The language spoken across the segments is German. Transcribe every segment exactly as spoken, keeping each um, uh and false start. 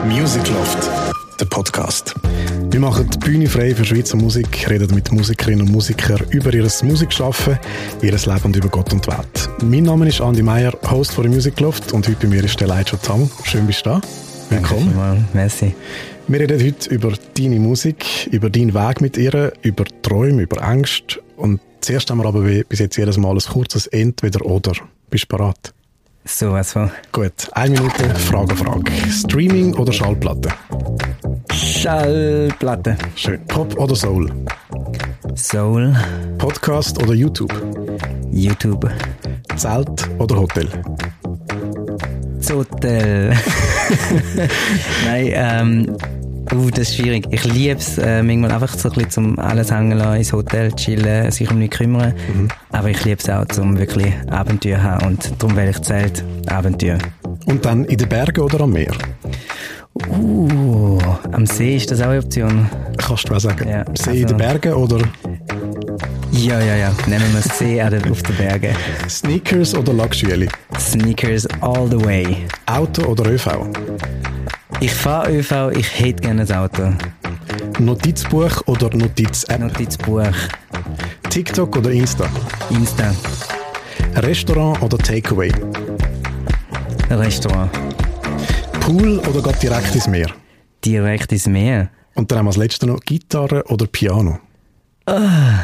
Music Loft, der Podcast. Wir machen die Bühne frei für Schweizer Musik, reden mit Musikerinnen und Musikern über ihr Musikschaffen, ihr Leben und über Gott und die Welt. Mein Name ist Andi Meier, Host von der Music Loft, und heute bei mir ist der Elijah Tam. Schön, bist du da. Willkommen. Danke, merci. Wir reden heute über deine Musik, über deinen Weg mit ihr, über Träume, über Ängste. Und zuerst haben wir aber bis jetzt jedes Mal ein kurzes Entweder-Oder. Bist du bereit? So was von. Gut, eine Minute Frage, Frage. Streaming oder Schallplatte? Schallplatte. Schön. Pop oder Soul? Soul. Podcast oder YouTube? YouTube. Zelt oder Hotel? Hotel. Nein, ähm, uh, das ist schwierig. Ich liebe es, äh, manchmal einfach so ein bisschen zum alles hängen lassen, ins Hotel chillen, sich um nichts kümmern. Mhm. Aber ich liebe es auch, zum wirklich Abenteuer haben, und darum wähle ich Zelt, Abenteuer. Und dann in den Bergen oder am Meer? Uh, am See ist das auch eine Option. Kannst du was sagen? Ja, See also, in den Bergen oder? Ja, ja, ja. Nehmen wir das See auf den Bergen. Sneakers oder Luxury? Sneakers all the way. Auto oder ÖV? Ich fahre ÖV, ich hätte gerne ein Auto. Notizbuch oder Notiz-App? Notizbuch. TikTok oder Insta? Insta. Restaurant oder Takeaway? Restaurant. Pool oder geht direkt ins Meer? Direkt ins Meer. Und dann haben wir als letztes noch Gitarre oder Piano? Ah.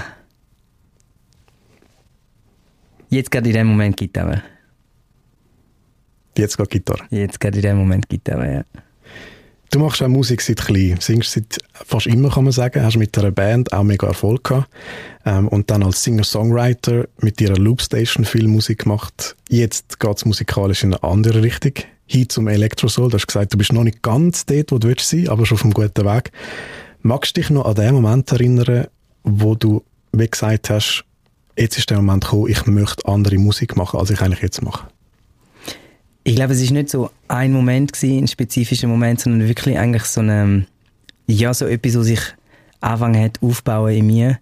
Jetzt gerade in dem Moment Gitarre. Jetzt geht Gitarre? Jetzt gerade in dem Moment Gitarre, ja. Du machst auch Musik seit klein, singst seit fast immer, kann man sagen, hast mit einer Band auch mega Erfolg gehabt, ähm, und dann als Singer-Songwriter mit ihrer Loopstation viel Musik gemacht. Jetzt geht es musikalisch in eine andere Richtung, hin zum Electro-Soul. Du hast gesagt, du bist noch nicht ganz dort, wo du willst sein, aber schon auf einem guten Weg. Magst du dich noch an den Moment erinnern, wo du wie gesagt hast, jetzt ist der Moment gekommen, ich möchte andere Musik machen, als ich eigentlich jetzt mache? Ich glaube, es ist nicht so ein Moment gewesen, ein spezifischer Moment, sondern wirklich eigentlich so eine, ja, so etwas, was sich angefangen hat aufbauen in mir.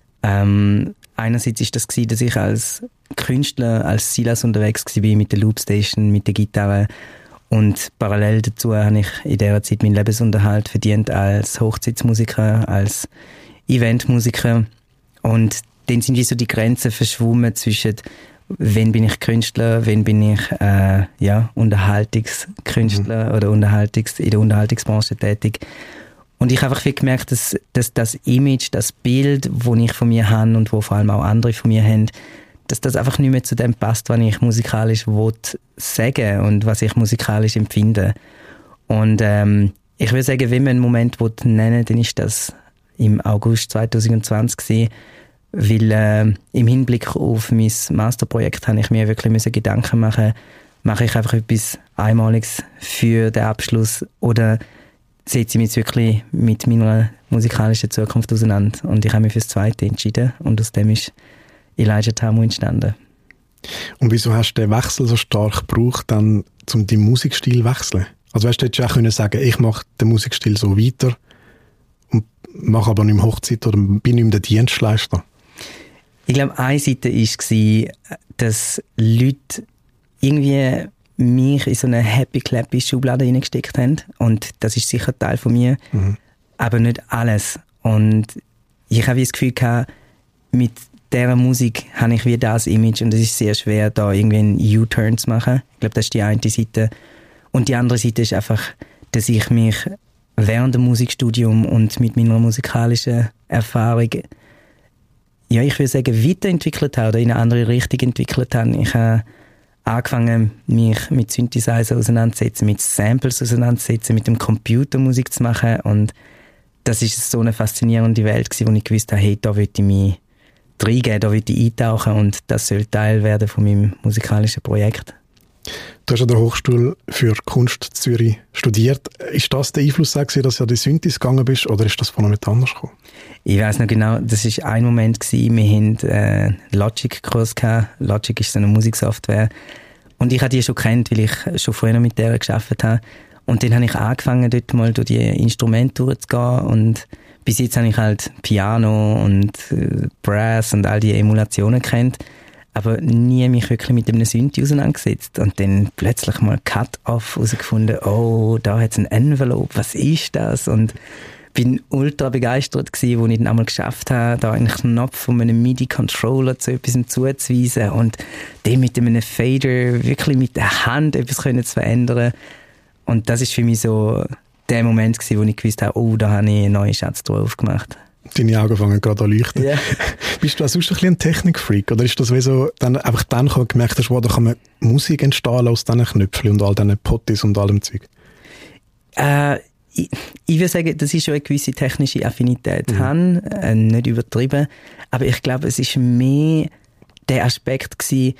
Ähm, einerseits ist das gewesen, dass ich als Künstler, als Silas unterwegs war mit der Loopstation, mit der Gitarre, und parallel dazu habe ich in dieser Zeit meinen Lebensunterhalt verdient als Hochzeitsmusiker, als Eventmusiker, und dann sind wie so die Grenzen verschwommen zwischen wann bin ich Künstler, wann bin ich äh, ja, Unterhaltungskünstler mhm. oder Unterhaltungs- in der Unterhaltungsbranche tätig. Und ich habe einfach viel gemerkt, dass, dass das Image, das Bild, das ich von mir habe und wo vor allem auch andere von mir haben, dass das einfach nicht mehr zu dem passt, was ich musikalisch will sagen und was ich musikalisch empfinde. Und ähm, ich würde sagen, wenn man einen Moment nennen will, dann ist das im August zwanzig zwanzig gewesen. Weil äh, im Hinblick auf mein Masterprojekt habe ich mir wirklich müssen Gedanken machen, mache ich einfach etwas Einmaliges für den Abschluss oder setze ich mich jetzt wirklich mit meiner musikalischen Zukunft auseinander? Und ich habe mich für das Zweite entschieden, und aus dem ist Elijah Tamu entstanden. Und wieso hast du den Wechsel so stark gebraucht, dann, um deinen Musikstil zu wechseln? Also weißt du, hättest du auch können sagen, ich mache den Musikstil so weiter und mache aber nicht mehr Hochzeit oder bin nicht mehr der Dienstleister? Ich glaube, eine Seite war, dass Leute irgendwie mich in so eine happy-clappy-Schublade reingesteckt haben. Und das ist sicher Teil von mir, mhm. aber nicht alles. Und ich habe das Gefühl gehabt, mit dieser Musik habe ich wie das Image, und es ist sehr schwer, da irgendwie einen U-Turn zu machen. Ich glaube, das ist die eine Seite. Und die andere Seite ist einfach, dass ich mich während dem Musikstudium und mit meiner musikalischen Erfahrung, ja, ich würde sagen, weiterentwickelt habe oder in eine andere Richtung entwickelt habe. Ich habe angefangen, mich mit Synthesizer auseinanderzusetzen, mit Samples auseinanderzusetzen, mit dem Computer Musik zu machen, und das ist so eine faszinierende Welt gewesen, wo ich gewusst habe, hey, da will ich mich reingeben, da will ich eintauchen, und das soll Teil werden von meinem musikalischen Projekt. Du hast an der Hochschule für Kunst Zürich studiert. Ist das der Einfluss, dass du an die Synthes gegangen bist, oder ist das von noch nicht anders gekommen? Ich weiss noch genau, das war ein Moment gewesen. Wir hatten äh, Logic-Kurs gehabt. Logic ist so eine Musiksoftware. Und ich habe die schon kennt, weil ich schon vorher mit der gearbeitet habe. Und dann habe ich angefangen, dort mal durch die Instrumente durchzugehen. Und bis jetzt habe ich halt Piano und äh, Brass und all die Emulationen kennt. aber nie mich wirklich mit einem Synthi auseinandergesetzt. Und dann plötzlich mal Cut-Off herausgefunden, oh, da hat es ein Envelope, was ist das? Und bin ultra begeistert gewesen, als ich dann einmal geschafft habe, da einen Knopf von einem MIDI-Controller zu etwas zuzuweisen und den mit einem Fader wirklich mit der Hand etwas können zu verändern. Und das ist für mich so der Moment gewesen, wo ich gewusst habe, oh, da habe ich eine neue Schatztruhe aufgemacht. Deine Augen fangen gerade an leuchten. Yeah. Bist du auch sonst ein bisschen ein Technikfreak? Oder ist das wie so, dann einfach dann gemerkt hast, wow, da kann man Musik entstehen aus diesen Knöpfen und all diesen Potties und allem Zeug? Äh, ich, ich würde sagen, das ist schon eine gewisse technische Affinität. Mhm. Habe, äh, nicht übertrieben. Aber ich glaube, es ist mehr der Aspekt gewesen,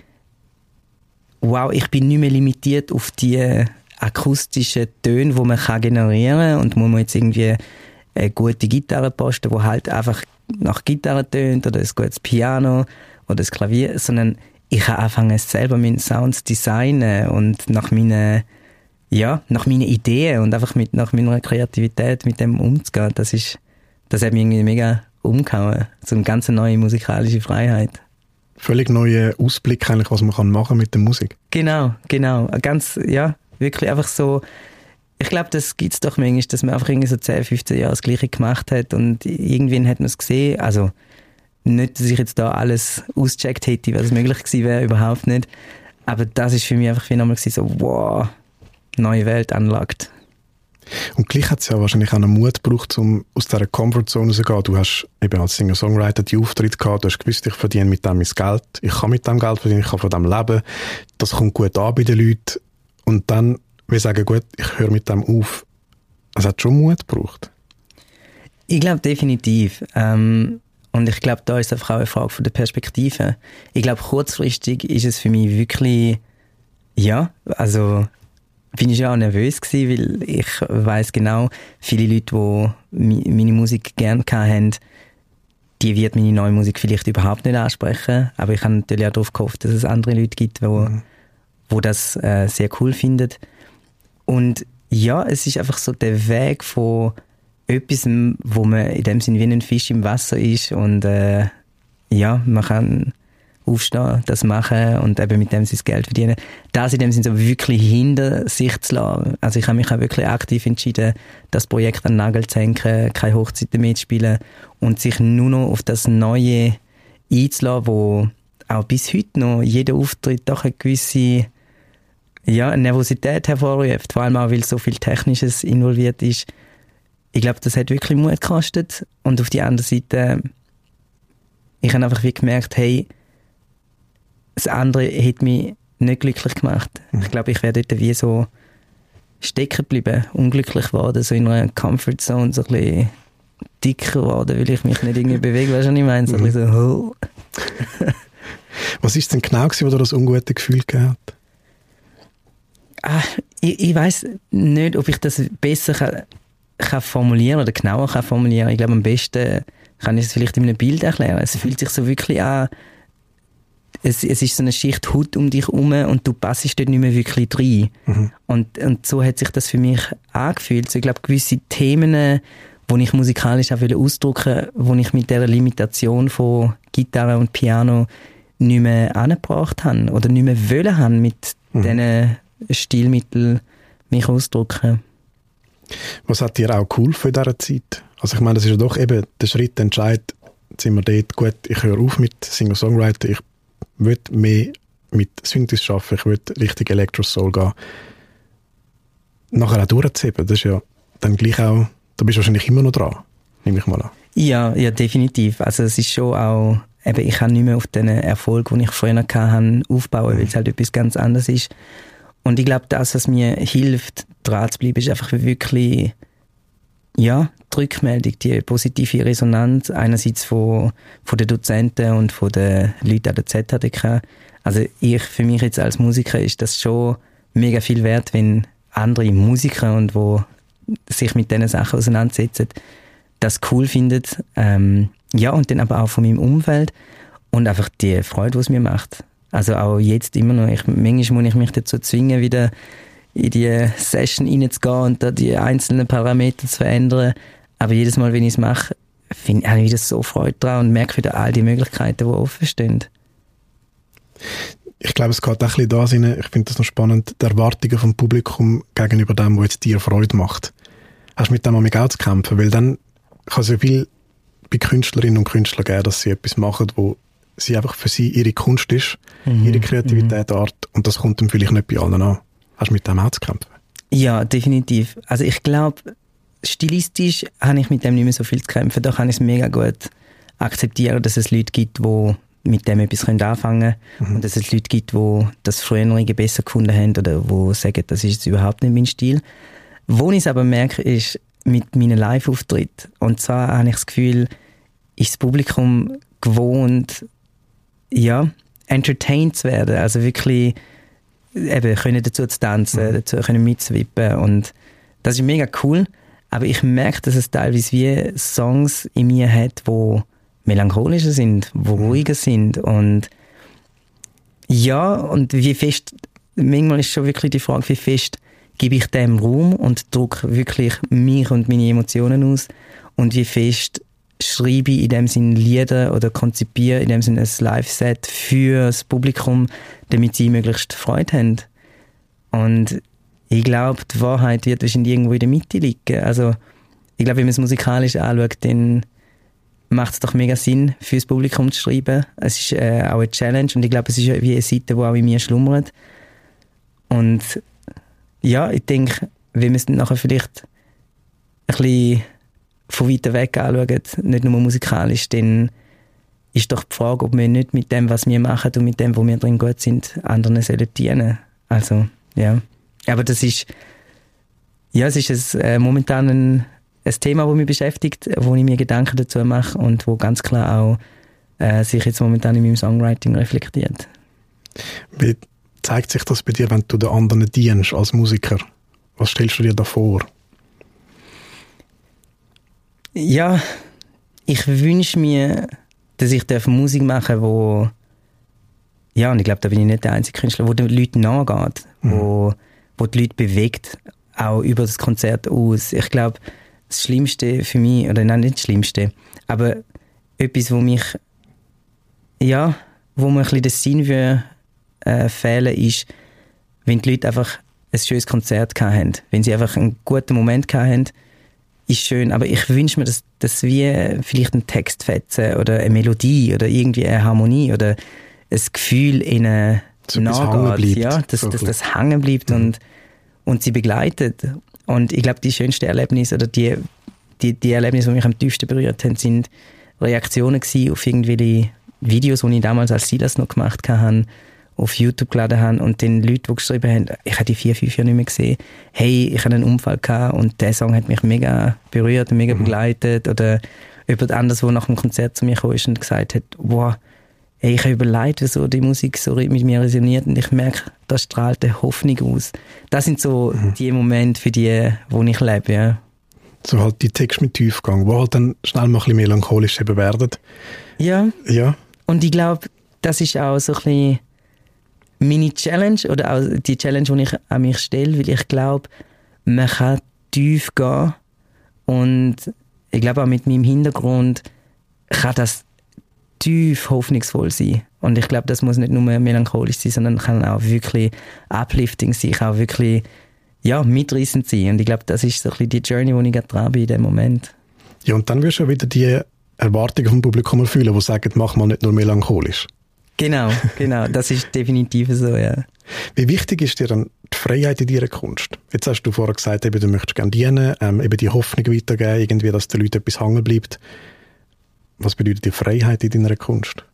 wow, ich bin nicht mehr limitiert auf die akustischen Töne, die man kann generieren kann und wo man jetzt irgendwie eine gute Gitarre posten, die halt einfach nach Gitarre tönt oder ein gutes Piano oder das Klavier, sondern ich habe angefangen, selber meinen Sound zu designen und nach meinen, ja, nach meinen Ideen und einfach mit, nach meiner Kreativität mit dem umzugehen. Das ist, das hat mich irgendwie mega umgehauen. So eine ganz neue musikalische Freiheit. Völlig neuer Ausblick eigentlich, was man machen kann mit der Musik. Genau, genau. Ganz, ja, wirklich einfach so. Ich glaube, das gibt es doch manchmal, dass man einfach irgendwie so zehn, fünfzehn Jahre das Gleiche gemacht hat und irgendwann hat man es gesehen. Also nicht, dass ich jetzt da alles ausgecheckt hätte, was möglich gewesen wäre, überhaupt nicht. Aber das ist für mich einfach wie nochmal so, wow, neue Welt anlagt. Und gleich hat es ja wahrscheinlich auch einen Mut gebraucht, um aus dieser Comfortzone rauszugehen. Du hast eben als Singer-Songwriter die Auftritte gehabt, du hast gewusst, ich verdiene mit dem mein Geld, ich kann mit dem Geld verdienen, ich kann von dem leben, das kommt gut an bei den Leuten. Und dann, wir sagen, gut, ich höre mit dem auf. Es hat schon Mut gebraucht. Ich glaube definitiv. Ähm, und ich glaube, da ist einfach auch eine Frage von der Perspektive. Ich glaube, kurzfristig ist es für mich wirklich, ja, also bin ich auch nervös gewesen, weil ich weiss genau, viele Leute, die meine Musik gerne hatten, die wird meine neue Musik vielleicht überhaupt nicht ansprechen. Aber ich habe natürlich auch darauf gehofft, dass es andere Leute gibt, die, mhm. die das äh, sehr cool finden. Und ja, es ist einfach so der Weg von etwas, wo man in dem Sinne wie ein Fisch im Wasser ist und äh, ja, man kann aufstehen, das machen und eben mit dem sein Geld verdienen. Das in dem Sinne so wirklich hinter sich zu lassen. Also ich habe mich auch wirklich aktiv entschieden, das Projekt an den Nagel zu hängen, keine Hochzeiten mehr zu spielen und sich nur noch auf das Neue einzulassen, wo auch bis heute noch jeder Auftritt doch eine gewisse ja, Nervosität hervorruft, vor allem auch, weil so viel Technisches involviert ist. Ich glaube, das hat wirklich Mut gekostet. Und auf der anderen Seite, ich habe einfach wie gemerkt, hey, das andere hat mich nicht glücklich gemacht. Mhm. Ich glaube, ich wäre dort wie so stecken geblieben, unglücklich geworden, so in einer Comfortzone, so ein bisschen dicker geworden, weil ich mich nicht irgendwie bewege, weißt du, was ich meine? So ein bisschen so, oh. Was war es denn genau, wo dir das ungute Gefühl gegeben hat? Ah, ich, ich weiss nicht, ob ich das besser kann, kann formulieren oder genauer kann formulieren. Ich glaube, am besten kann ich es vielleicht in einem Bild erklären. Es fühlt sich so wirklich an, es, es ist so eine Schicht Haut um dich herum und du passest dort nicht mehr wirklich rein. Mhm. Und, und so hat sich das für mich angefühlt. So, ich glaube, gewisse Themen, die ich musikalisch auch ausdrücken wollte, die ich mit dieser Limitation von Gitarre und Piano nicht mehr angebracht habe oder nicht mehr wollen haben mit mhm. diesen Stilmittel mich ausdrücken. Was hat dir auch geholfen in dieser Zeit? Also ich meine, das ist ja doch eben der Schritt, der Entscheid, jetzt sind wir dort, gut, ich höre auf mit Singer-Songwriter, ich will mehr mit Synthes arbeiten, ich will richtig Electro-Soul gehen. Nachher auch durchzuheben, das ist ja dann gleich auch, da bist du wahrscheinlich immer noch dran, nehme ich mal an. Ja, ja, definitiv. Also es ist schon auch, eben, ich kann nicht mehr auf den Erfolg, den ich früher hatte, aufbauen, mhm. weil es halt etwas ganz anderes ist. Und ich glaube, das, was mir hilft, dran zu bleiben, ist einfach wirklich, ja, die Rückmeldung, die positive Resonanz, einerseits von, von den Dozenten und von den Leuten an der Z H D K. Also ich, für mich jetzt als Musiker ist das schon mega viel wert, wenn andere Musiker und wo sich mit diesen Sachen auseinandersetzen, das cool finden. Ähm, ja, und dann aber auch von meinem Umfeld und einfach die Freude, die es mir macht. Also auch jetzt immer noch. Ich, manchmal muss ich mich dazu zwingen, wieder in die Session reinzugehen und da die einzelnen Parameter zu verändern. Aber jedes Mal, wenn ich es mache, finde ich wieder so Freude dran und merke wieder all die Möglichkeiten, die offen stehen. Ich glaube, es geht auch ein bisschen da rein, ich finde das noch spannend, die Erwartungen vom Publikum gegenüber dem, was jetzt dir Freude macht. Hast du mit dem auch zu kämpfen? Weil dann kann es ja viel bei Künstlerinnen und Künstlern geben, dass sie etwas machen, wo sie einfach für sie ihre Kunst ist, mhm. ihre Kreativität, mhm. Art, und das kommt dann vielleicht nicht bei allen an. Hast du mit dem auch zu kämpfen? Ja, definitiv. Also ich glaube, stilistisch habe ich mit dem nicht mehr so viel zu kämpfen. Da kann ich es mega gut akzeptieren, dass es Leute gibt, die mit dem etwas anfangen können mhm. und dass es Leute gibt, die das früher besser gefunden haben oder die sagen, das ist jetzt überhaupt nicht mein Stil. Wo ich es aber merke, ist mit meinen Live-Auftritten. Und zwar habe ich das Gefühl, ist das Publikum gewohnt, ja, entertained zu werden. Also wirklich eben können dazu zu tanzen, mhm. dazu können mitzwippen. Und das ist mega cool. Aber ich merke, dass es teilweise wie Songs in mir hat, die melancholischer sind, die ruhiger sind. Und ja, und wie fest, manchmal ist schon wirklich die Frage, wie fest gebe ich dem Raum und drücke wirklich mich und meine Emotionen aus und wie fest schreibe ich in dem Sinne Lieder oder konzipiere in dem Sinne ein Live-Set für das Publikum, damit sie möglichst Freude haben. Und ich glaube, die Wahrheit wird wahrscheinlich irgendwo in der Mitte liegen. Also ich glaube, wenn man es musikalisch anschaut, dann macht es doch mega Sinn, für das Publikum zu schreiben. Es ist äh, auch eine Challenge und ich glaube, es ist wie eine Seite, die auch in mir schlummert. Und ja, ich denke, wenn wir es dann nachher vielleicht ein bisschen von weiter weg anschauen, nicht nur musikalisch, dann ist doch die Frage, ob wir nicht mit dem, was wir machen und mit dem, wo wir drin gut sind, anderen sollen dienen. Also, ja. Aber das ist, ja, es ist ein, äh, momentan ein, ein Thema, das mich beschäftigt, wo ich mir Gedanken dazu mache und wo ganz klar auch äh, sich jetzt momentan in meinem Songwriting reflektiert. Wie zeigt sich das bei dir, wenn du den anderen dienst als Musiker? Was stellst du dir da vor? Ja, ich wünsche mir, dass ich Musik machen darf, wo, ja, und ich glaube, da bin ich nicht der einzige Künstler, wo den Leuten nachgeht, mhm. wo, wo die Leute bewegt, auch über das Konzert aus. Ich glaube, das Schlimmste für mich, oder nein, nicht das Schlimmste, aber etwas, wo mich, ja, wo mir ein bisschen den Sinn für äh, fehlen, ist, wenn die Leute einfach ein schönes Konzert hatten, wenn sie einfach einen guten Moment hatten, ist schön, aber ich wünsche mir, dass, dass wir vielleicht einen Text fetzen oder eine Melodie oder irgendwie eine Harmonie oder ein Gefühl in eine so nachgeht, ja, dass, so dass das hängen bleibt mhm. und, und sie begleitet. Und ich glaube, die schönsten Erlebnisse oder die, die, die Erlebnisse, die mich am tiefsten berührt haben, sind Reaktionen gewesen auf irgendwelche Videos, die ich damals als Silas noch gemacht habe, auf YouTube geladen haben und den Leuten, die geschrieben haben, ich habe die vier, fünf Jahre nicht mehr gesehen, hey, ich hatte einen Unfall gehabt und der Song hat mich mega berührt und mega mhm. begleitet. Oder jemand anderes, der nach dem Konzert zu mir gekommen ist und gesagt hat, wow, hey, ich habe überlegt, wieso die Musik so mit mir resoniert und ich merke, das strahlt eine Hoffnung aus. Das sind so mhm. die Momente, für die, wo ich lebe, ja. So halt die Texte mit Tiefgang, wo halt dann schnell mal ein bisschen melancholisch eben werden. Ja. Ja. Und ich glaube, das ist auch so ein bisschen meine Challenge oder auch die Challenge, die ich an mich stelle, weil ich glaube, man kann tief gehen und ich glaube auch mit meinem Hintergrund kann das tief hoffnungsvoll sein. Und ich glaube, das muss nicht nur melancholisch sein, sondern kann auch wirklich uplifting sein, kann auch wirklich ja, mitreissend sein. Und ich glaube, das ist so ein bisschen die Journey, die ich gerade dran bin in dem Moment. Ja, und dann wirst du ja wieder die Erwartungen vom Publikum erfüllen, die sagen, mach mal nicht nur melancholisch. Genau, genau, das ist definitiv so, ja. Wie wichtig ist dir dann die Freiheit in deiner Kunst? Jetzt hast du vorher gesagt, eben, du möchtest gerne dienen, ähm, eben die Hoffnung weitergeben, irgendwie, dass den Leuten etwas hängen bleibt. Was bedeutet die Freiheit in deiner Kunst?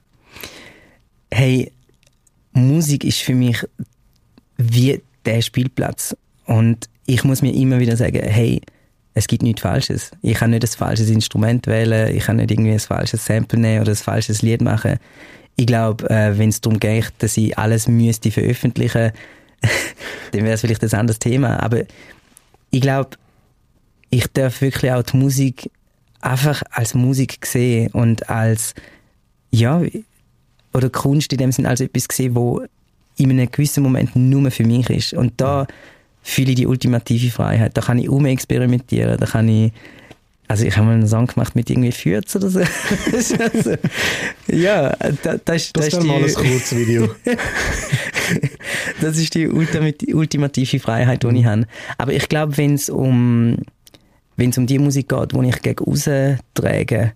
Hey, Musik ist für mich wie der Spielplatz. Und ich muss mir immer wieder sagen, hey, es gibt nichts Falsches. Ich kann nicht ein falsches Instrument wählen, ich kann nicht irgendwie ein falsches Sample nehmen oder ein falsches Lied machen. Ich glaube, äh, wenn es darum geht, dass ich alles müsste veröffentlichen, dann wäre es vielleicht ein anderes Thema. Aber ich glaube, ich darf wirklich auch die Musik einfach als Musik sehen und als, ja, oder Kunst in dem Sinne als etwas sehen, wo in einem gewissen Moment nur für mich ist. Und da fühle ich die ultimative Freiheit. Da kann ich experimentieren, da kann ich Also ich habe mal einen Song gemacht mit irgendwie Fürz oder so. also, ja, da, das ist das, das ist mal ein kurzes Video. Das ist die ultimative Freiheit, die ich habe. Aber ich glaube, wenn es um, wenn es um die Musik geht, die ich gegen raus trage,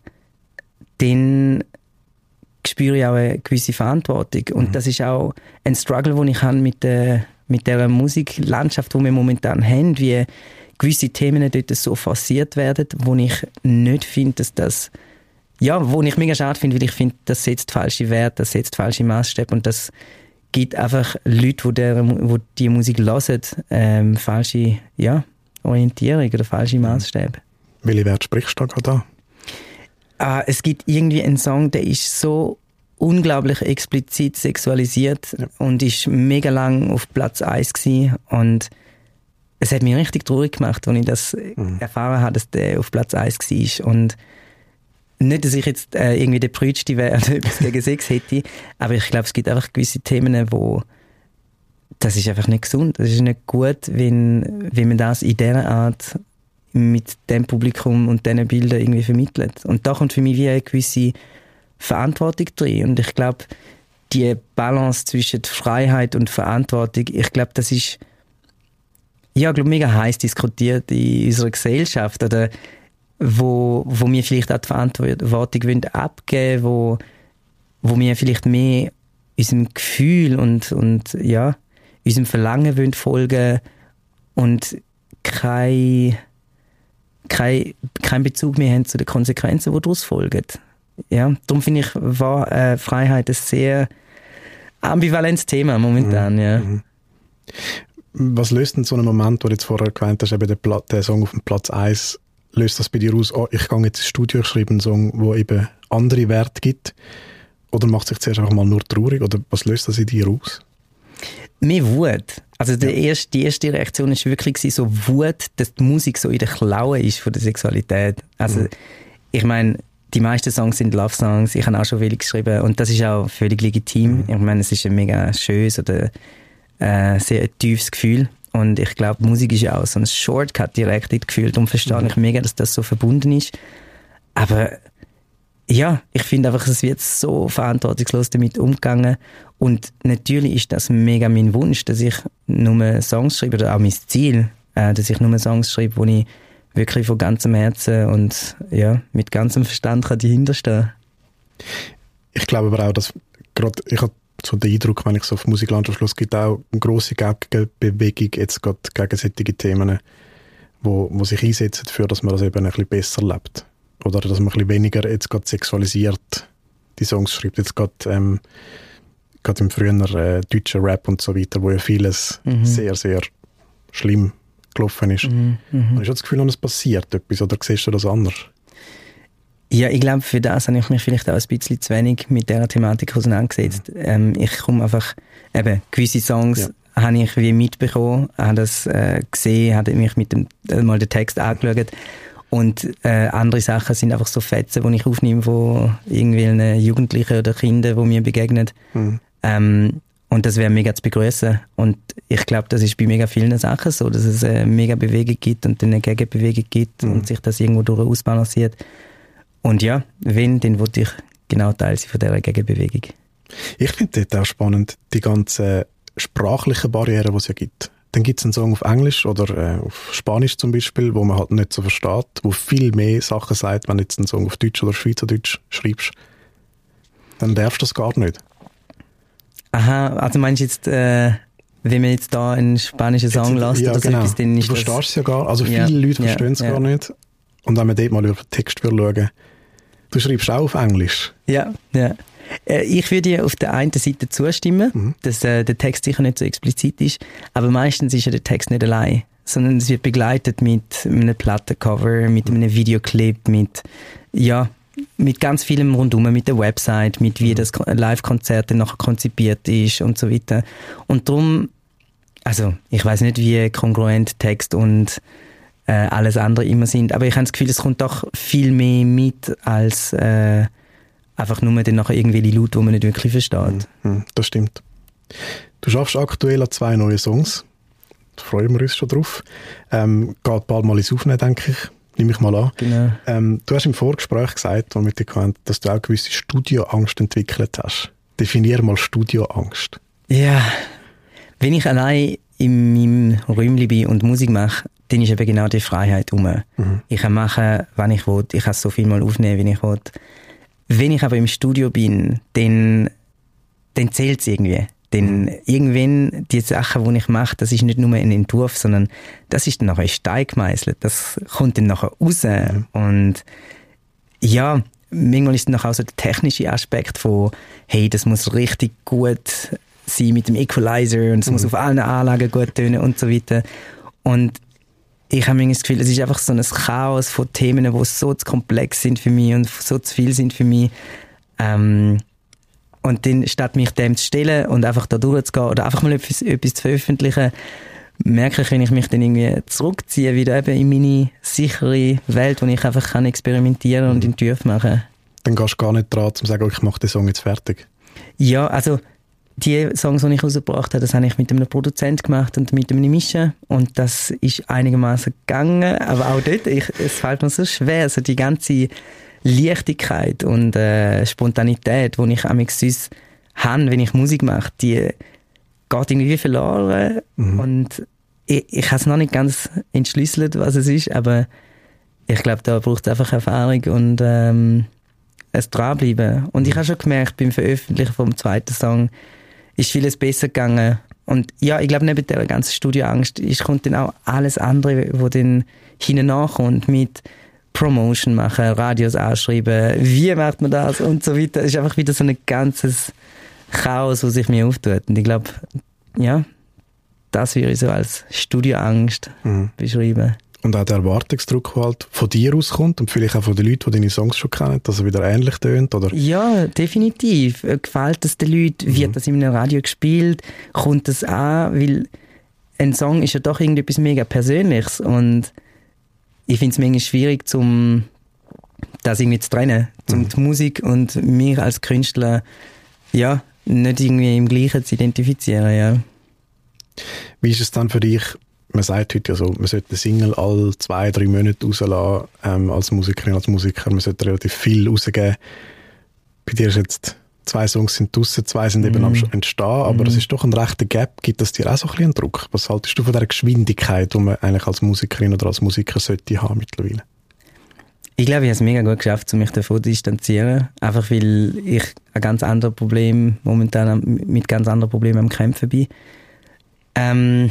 dann spüre ich auch eine gewisse Verantwortung. Und mhm. das ist auch ein Struggle, den ich habe mit der, mit der Musiklandschaft, die wir momentan haben, wie gewisse Themen dort so forciert werden, wo ich nicht finde, dass das, ja, wo ich mega schade finde, weil ich finde, das setzt falsche Werte, das setzt falsche Maßstäbe und das gibt einfach Leute, die, der, die die Musik hören, ähm, falsche, ja, Orientierung oder falsche Maßstäbe. Welche Werte sprichst du da? Ah, es gibt irgendwie einen Song, der ist so unglaublich explizit sexualisiert ja. und ist mega lang auf Platz eins gewesen und es hat mich richtig traurig gemacht, als ich das mhm. erfahren habe, dass der auf Platz eins war. Und nicht, dass ich jetzt äh, irgendwie der Prütste wäre oder etwas gegen Sex hätte, aber ich glaube, es gibt einfach gewisse Themen, wo das ist einfach nicht gesund. Das ist nicht gut, wenn, wenn man das in dieser Art mit dem Publikum und diesen Bildern irgendwie vermittelt. Und da kommt für mich wie eine gewisse Verantwortung drin. Und ich glaube, die Balance zwischen Freiheit und Verantwortung, ich glaube, das ist ja, ich glaube, mega heiß diskutiert in unserer Gesellschaft, oder wo, wo wir vielleicht auch die Verantwortung abgeben wollen, wo, wo wir vielleicht mehr unserem Gefühl und, und ja, unserem Verlangen wollen folgen und kein, kein, kein Bezug mehr haben zu den Konsequenzen, die daraus folgen. Ja, darum finde ich, war äh, Freiheit ein sehr ambivalentes Thema momentan. Mhm. Ja. Was löst denn so einen Moment, wo du jetzt vorher gemeint hast, eben der, Pla- der Song auf dem Platz eins, löst das bei dir aus, oh, ich gehe jetzt ins Studio, ich schreibe einen Song, der eben andere Werte gibt? Oder macht sich zuerst einfach mal nur traurig? Oder was löst das in dir aus? Mehr Wut. Also der ja. erste, die erste Reaktion war wirklich so Wut, dass die Musik so in der Klaue ist von der Sexualität. Also mhm. ich meine, die meisten Songs sind Love-Songs, ich habe auch schon viele geschrieben und das ist auch völlig legitim. Mhm. Ich meine, es ist ein mega schönes oder äh, sehr tiefes Gefühl und ich glaube, Musik ist ja auch so ein Shortcut direkt in das Gefühl, darum verstehe mhm. ich mega, dass das so verbunden ist. Aber ja, ich finde einfach, es wird so verantwortungslos damit umgegangen und natürlich ist das mega mein Wunsch, dass ich nur Songs schreibe oder auch mein Ziel, äh, dass ich nur Songs schreibe, wo ich wirklich von ganzem Herzen und ja, mit ganzem Verstand kann dahinter stehen. Ich glaube aber auch, dass gerade, ich habe so den Eindruck, wenn ich so auf Musiklandschaft schaue, es gibt auch eine grosse Gegenbewegung jetzt gerade gegen solche Themen, wo, wo sich einsetzen dafür, dass man das eben ein bisschen besser lebt. Oder dass man ein bisschen weniger jetzt gerade sexualisiert die Songs schreibt. Jetzt gerade, ähm, gerade im früheren äh, deutschen Rap und so weiter, wo ja vieles mhm. sehr, sehr schlimm gelaufen ist. Mhm, mh. Hast du das Gefühl, es passiert etwas oder siehst du das anders? Ja, ich glaube, für das habe ich mich vielleicht auch ein bisschen zu wenig mit dieser Thematik auseinandergesetzt. Mhm. Ähm, ich komme einfach, eben, gewisse Songs ja. habe ich wie mitbekommen, habe das äh, gesehen, habe mich mit dem, äh, mal den Text angeschaut und äh, andere Sachen sind einfach so Fetzen, die ich aufnehme, wo irgendwelche Jugendlichen oder Kinder, die mir begegnen. Mhm. Ähm, Und das wäre mega zu begrüßen. Und ich glaube, das ist bei mega vielen Sachen so, dass es eine mega Bewegung gibt und eine Gegenbewegung gibt mhm. und sich das irgendwo durch ausbalanciert. Und ja, wenn, dann wollte ich genau Teil sein von dieser Gegenbewegung. Ich finde das auch spannend, die ganzen sprachlichen Barrieren, die es ja gibt. Dann gibt es einen Song auf Englisch oder äh, auf Spanisch zum Beispiel, wo man halt nicht so versteht, wo viel mehr Sachen sagt, wenn du jetzt einen Song auf Deutsch oder Schweizerdeutsch schreibst. Dann darfst du das gar nicht. Aha, also meinst du jetzt, äh, wenn man jetzt da einen spanischen Song lässt ja, oder so genau. etwas, dann ist du das... verstehst es ja gar, also viele ja, Leute verstehen es ja, gar ja. nicht. Und wenn man dort mal über den Text schauen, du schreibst auch auf Englisch. Ja, ja. Äh, ich würde dir auf der einen Seite zustimmen, mhm. dass äh, der Text sicher nicht so explizit ist, aber meistens ist ja der Text nicht allein, sondern es wird begleitet mit einem Plattencover, mit einem Videoclip, mit, ja, mit ganz vielem rundum, mit der Website, mit wie mhm. das Live-Konzert dann nachher konzipiert ist und so weiter. Und darum, also ich weiß nicht, wie kongruent Text und äh, alles andere immer sind, aber ich habe das Gefühl, es kommt doch viel mehr mit als äh, einfach nur dann nachher irgendwelche Laute, die man nicht wirklich versteht. Mhm, das stimmt. Du schaffst aktuell an zwei neue Songs. Da freuen wir uns schon drauf. Ähm, geht bald mal ins Aufnehmen, denke ich. nehme ich mal an. Genau. Ähm, du hast im Vorgespräch gesagt, mit dir gemeint, dass du auch gewisse Studioangst entwickelt hast. Definier mal Studioangst. Ja, wenn ich allein in meinem Räumchen bin und Musik mache, dann ist eben genau die Freiheit rum. Mhm. Ich kann machen, wann ich will. Ich kann so viel mal aufnehmen, wie ich will. Wenn ich aber im Studio bin, dann, dann zählt es irgendwie. Denn irgendwann, die Sachen, die ich mache, das ist nicht nur ein Entwurf, sondern das ist dann nachher in Stein gemeißelt. Das kommt dann nachher raus. Mhm. Und ja, manchmal ist dann auch so der technische Aspekt von, hey, das muss richtig gut sein mit dem Equalizer und es mhm. muss auf allen Anlagen gut tönen und so weiter. Und ich habe das Gefühl, es ist einfach so ein Chaos von Themen, die so zu komplex sind für mich und so zu viel sind für mich. Ähm, Und dann, statt mich dem zu stellen und einfach da durchzugehen oder einfach mal etwas, etwas zu veröffentlichen, merke ich, wenn ich mich dann irgendwie zurückziehe, wieder eben in meine sichere Welt, wo ich einfach kann experimentieren und Entwürfe machen. Dann gehst du gar nicht dran, um zu sagen, ich mache den Song jetzt fertig. Ja, also die Songs, die ich rausgebracht habe, das habe ich mit einem Produzent gemacht und mit einem Mischen und das ist einigermaßen gegangen, aber auch dort, ich, es fällt mir so schwer, also die ganze Leichtigkeit und äh, Spontanität, die ich amigs sonst habe, wenn ich Musik mache, die geht irgendwie verloren. Mhm. Und ich, ich habe es noch nicht ganz entschlüsselt, was es ist, aber ich glaube, da braucht es einfach Erfahrung und ähm, es dranbleiben. Und ich habe schon gemerkt, beim Veröffentlichen vom zweiten Song ist vieles besser gegangen. Und ja, ich glaube, neben der ganzen Studioangst ist, kommt dann auch alles andere, was dann hinten nachkommt mit Promotion machen, Radios ausschreiben, wie macht man das und so weiter. Es ist einfach wieder so ein ganzes Chaos, was sich mir auftut. Und ich glaube, ja, das würde ich so als Studioangst mhm. beschreiben. Und auch der Erwartungsdruck, der halt von dir auskommt und vielleicht auch von den Leuten, die deine Songs schon kennen, dass er wieder ähnlich tönt, oder? Ja, definitiv. Gefällt das den Leuten? Mhm. Wird das in einem Radio gespielt? Kommt das an? Weil ein Song ist ja doch irgendetwas mega Persönliches und ich finde es manchmal schwierig, zum das irgendwie zu trennen, zum mhm. die Musik und mich als Künstler ja, nicht irgendwie im Gleichen zu identifizieren. Ja. Wie ist es dann für dich? Man sagt heute ja so, man sollte eine Single alle zwei, drei Monate rauslassen, ähm, als Musikerin, als Musiker. Man sollte relativ viel rausgeben. Bei dir ist jetzt zwei Songs sind draussen, zwei sind eben mm. am Entstehen, aber es mm. ist doch ein rechter Gap. Gibt das dir auch so ein bisschen einen Druck? Was haltest du von dieser Geschwindigkeit, die man eigentlich als Musikerin oder als Musiker sollte haben mittlerweile? Ich glaube, ich habe es mega gut geschafft, um mich davon zu distanzieren. Einfach weil ich ein ganz anderes Problem, momentan mit ganz anderen Problemen am Kämpfen bin. Ähm,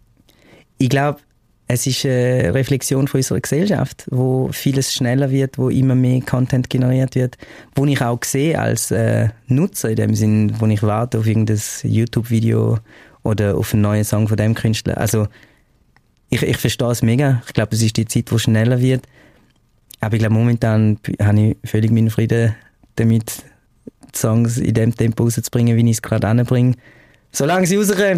ich glaube, es ist eine Reflexion von unserer Gesellschaft, wo vieles schneller wird, wo immer mehr Content generiert wird, wo ich auch sehe als äh, Nutzer in dem Sinn, wo ich warte auf irgendein YouTube-Video oder auf einen neuen Song von dem Künstler. Also ich, ich verstehe es mega. Ich glaube, es ist die Zeit, wo schneller wird. Aber ich glaube, momentan habe ich völlig meinen Frieden damit, die Songs in dem Tempo rauszubringen, wie ich es gerade anbringe. Solange sie rauskommen.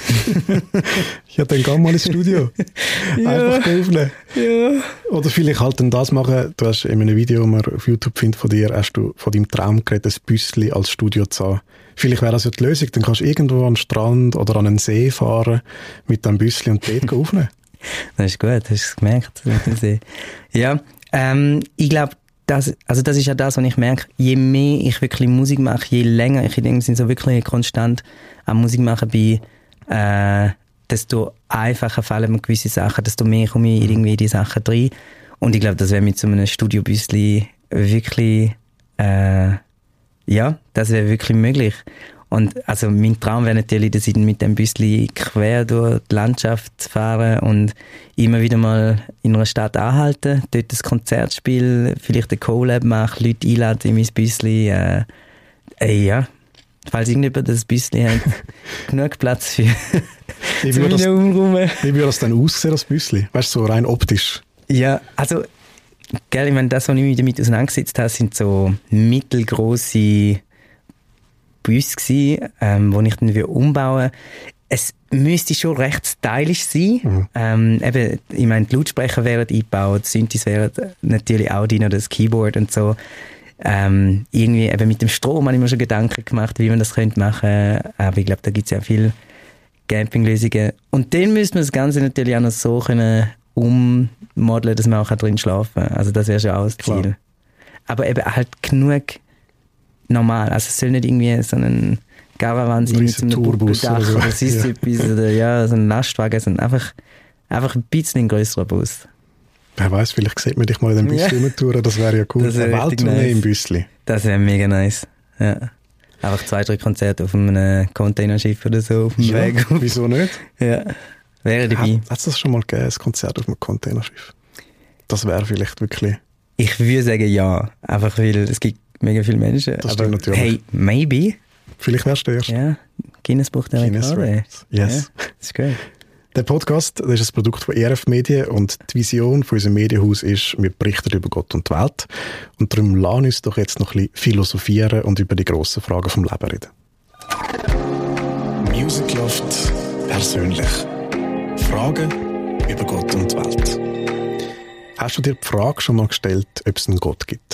Ja, dann geh mal ins Studio. Ja, einfach aufnehmen. Ja. Oder vielleicht halt dann das machen. Du hast in einem Video, das man auf YouTube findet von dir, hast du von deinem Traum geredet, ein Büssli als Studio zu haben. Vielleicht wäre das ja die Lösung. Dann kannst du irgendwo an den Strand oder an einen See fahren mit einem Büssli und dort aufnehmen. Das ist gut, hast du es gemerkt mit dem See. Ja, ähm, ich glaube, Das, also das ist ja das, was ich merke, je mehr ich wirklich Musik mache, je länger ich in dem Sinne so wirklich konstant am Musik machen bin, äh, desto einfacher fallen mir gewisse Sachen, desto mehr komme ich irgendwie in die Sachen rein. Und ich glaube, das wäre mit so einem Studiobüssli wirklich, äh, ja, das wäre wirklich möglich. Und also mein Traum wäre natürlich, dass ich mit dem Büssli quer durch die Landschaft fahre und immer wieder mal in einer Stadt anhalten, dort ein Konzert spiele, vielleicht ein Collab mache, Leute einladen in mein Büssli. Äh, äh, ja, falls irgendjemand das Büssli hat, genug Platz für wie würde das, wie würde das dann aussehen, das Büssli? Weißt du, so rein optisch? Ja, also, gell, ich meine, das, was ich mich damit auseinandergesetzt habe, sind so mittelgroße Bus gsi, ähm, wo ich dann wieder umbauen. Es müsste schon recht stylisch sein. Mhm. Ähm, eben, ich meine, die Lautsprecher wären eingebaut, die Synthes wären natürlich auch drin oder das Keyboard und so. Ähm, irgendwie eben mit dem Strom habe ich mir schon Gedanken gemacht, wie man das könnte machen. Aber ich glaube, da gibt es ja viele Campinglösungen. Und dann müsste man das Ganze natürlich auch noch so können ummodeln, dass man auch drin schlafen kann. Also das wäre schon auch das Ziel. Klar. Aber eben halt genug normal. Also es soll nicht irgendwie so ein Caravan sein mit so einem Puppeldach oder, so. oder sonst ja. etwas oder ja, so ein Lastwagen, sondern einfach, einfach ein bisschen ein grösserer Bus. Wer weiss, vielleicht sieht man dich mal in dem Bus rumtouren, ja. Das wäre ja cool. Das wär eine Welttournee nice. Im Büssli. Das wäre mega nice. Ja. Einfach zwei, drei Konzerte auf einem Containerschiff oder so auf dem ja, Weg. Wieso nicht? Ja, wäre dabei. Hat es das schon mal gegeben, ein Konzert auf einem Containerschiff? Das wäre vielleicht wirklich... Ich würde sagen ja, einfach weil es gibt mega viele Menschen. Das aber natürlich. Hey, maybe. Vielleicht wärst du der Erste. Ja, Guinness Buch der Rekorde. Yes. Ja, das ist gut. Der Podcast, das ist ein Produkt von E R F Medien und die Vision von unserem Medienhaus ist, wir berichten über Gott und die Welt. Und darum lass uns doch jetzt noch ein bisschen philosophieren und über die grossen Fragen vom Leben reden. Music Loft persönlich. Fragen über Gott und die Welt. Hast du dir die Frage schon mal gestellt, ob es einen Gott gibt?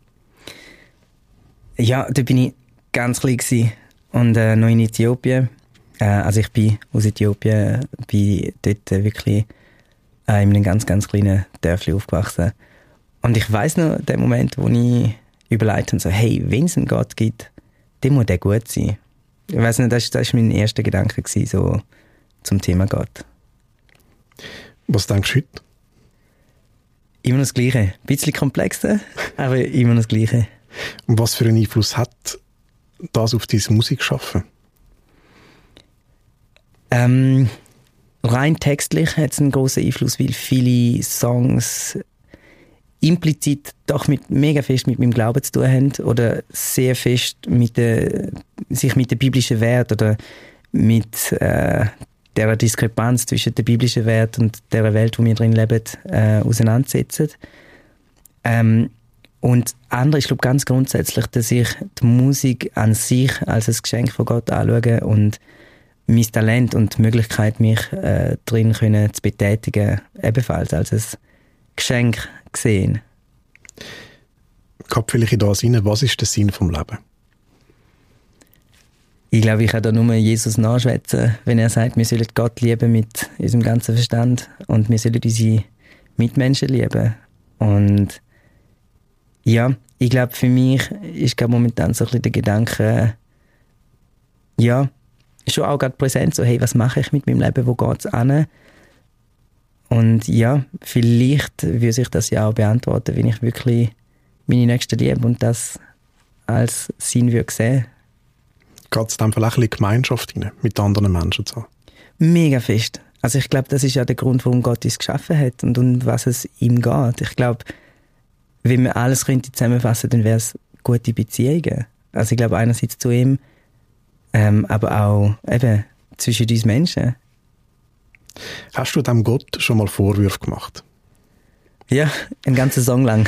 Ja, da bin ich ganz klein gewesen und äh, noch in Äthiopien. Äh, also ich bin aus Äthiopien, bin dort äh, wirklich äh, in einem ganz, ganz kleinen Dörfli aufgewachsen. Und ich weiss noch, den Moment, wo ich überlegt habe, so, hey, wenn es einen Gott gibt, dann muss der gut sein. Ich weiss nicht, das war das mein erster Gedanke gewesen, so zum Thema Gott. Was denkst du heute? Immer noch das Gleiche. Ein bisschen komplexer, aber immer noch das Gleiche. Und was für einen Einfluss hat das auf deine Musikschaffen? Ähm, rein textlich hat es einen grossen Einfluss, weil viele Songs implizit doch mit, mega fest mit meinem Glauben zu tun haben oder sehr fest mit der, sich mit den biblischen Wert oder mit äh, der Diskrepanz zwischen den biblischen Wert und der Welt, wo wir drin leben, äh, auseinandersetzen. Ähm, und andere ist, glaube ich, ganz grundsätzlich, dass ich die Musik an sich als ein Geschenk von Gott anschaue und mein Talent und die Möglichkeit, mich äh, drin können zu betätigen, ebenfalls als ein Geschenk gesehen. Kommt vielleicht in das rein, was ist der Sinn vom Leben? Ich glaube, ich kann da nur Jesus nachschwätzen, wenn er sagt, wir sollen Gott lieben mit unserem ganzen Verstand und wir sollen unsere Mitmenschen lieben. Und ja, ich glaube, für mich ist gerade momentan so ein bisschen der Gedanke, ja, schon auch gerade präsent, so, hey, was mache ich mit meinem Leben, wo geht es hin? Und ja, vielleicht würde sich das ja auch beantworten, wenn ich wirklich meine Nächsten liebe und das als Sinn würde sehen. Geht es dann vielleicht auch ein bisschen Gemeinschaft rein, mit anderen Menschen zu haben? Mega fest. Also ich glaube, das ist ja der Grund, warum Gott uns geschaffen hat und um was es ihm geht. Ich glaube, wenn man alles könnte zusammenfassen, dann wäre es gute Beziehungen. Also ich glaube, einerseits zu ihm, ähm, aber auch eben zwischen uns Menschen. Hast du dem Gott schon mal Vorwürfe gemacht? Ja, einen ganzen Song lang.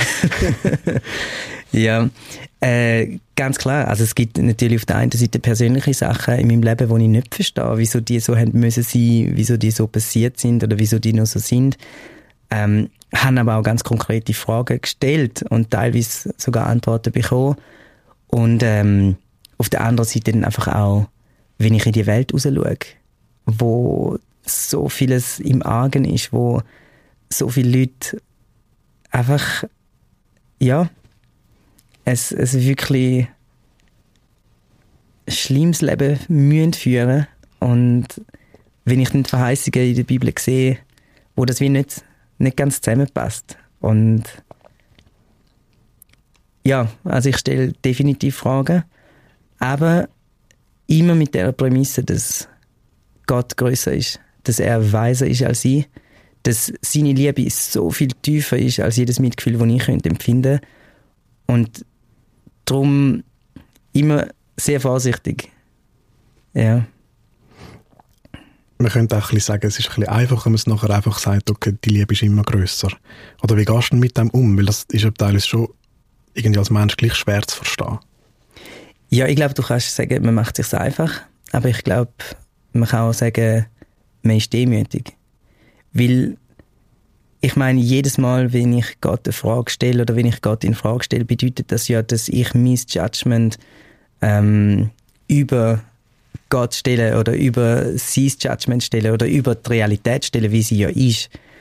Ja, äh, ganz klar. Also es gibt natürlich auf der einen Seite persönliche Sachen in meinem Leben, die ich nicht verstehe, wieso die so haben müssen sein, wieso die so passiert sind oder wieso die noch so sind. Ähm, haben aber auch ganz konkrete Fragen gestellt und teilweise sogar Antworten bekommen. Und ähm, auf der anderen Seite dann einfach auch, wenn ich in die Welt raus schaue, wo so vieles im Argen ist, wo so viele Leute einfach, ja, es, es wirklich ein schlimmes Leben müssen führen. Und wenn ich dann die Verheißungen in der Bibel sehe, wo das wie nicht, nicht ganz zusammenpasst. Und ja, also ich stelle definitiv Fragen, aber immer mit der Prämisse, dass Gott grösser ist, dass er weiser ist als ich, dass seine Liebe so viel tiefer ist als jedes Mitgefühl, das ich könnte empfinden könnte. Und darum immer sehr vorsichtig. Ja. Man könnte auch ein bisschen sagen, es ist ein bisschen einfacher, wenn man es nachher einfach sagt, okay, die Liebe ist immer grösser. Oder wie gehst du denn mit dem um? Weil das ist ja teilweise schon irgendwie als Mensch gleich schwer zu verstehen. Ja, ich glaube, du kannst sagen, man macht es sich einfach. Aber ich glaube, man kann auch sagen, man ist demütig. Weil, ich meine, jedes Mal, wenn ich Gott eine Frage stelle oder wenn ich Gott in Frage stelle, bedeutet das ja, dass ich mein Judgment ähm, über Gott stelle oder über sein Judgment stelle oder über die Realität stelle, wie sie ja ist.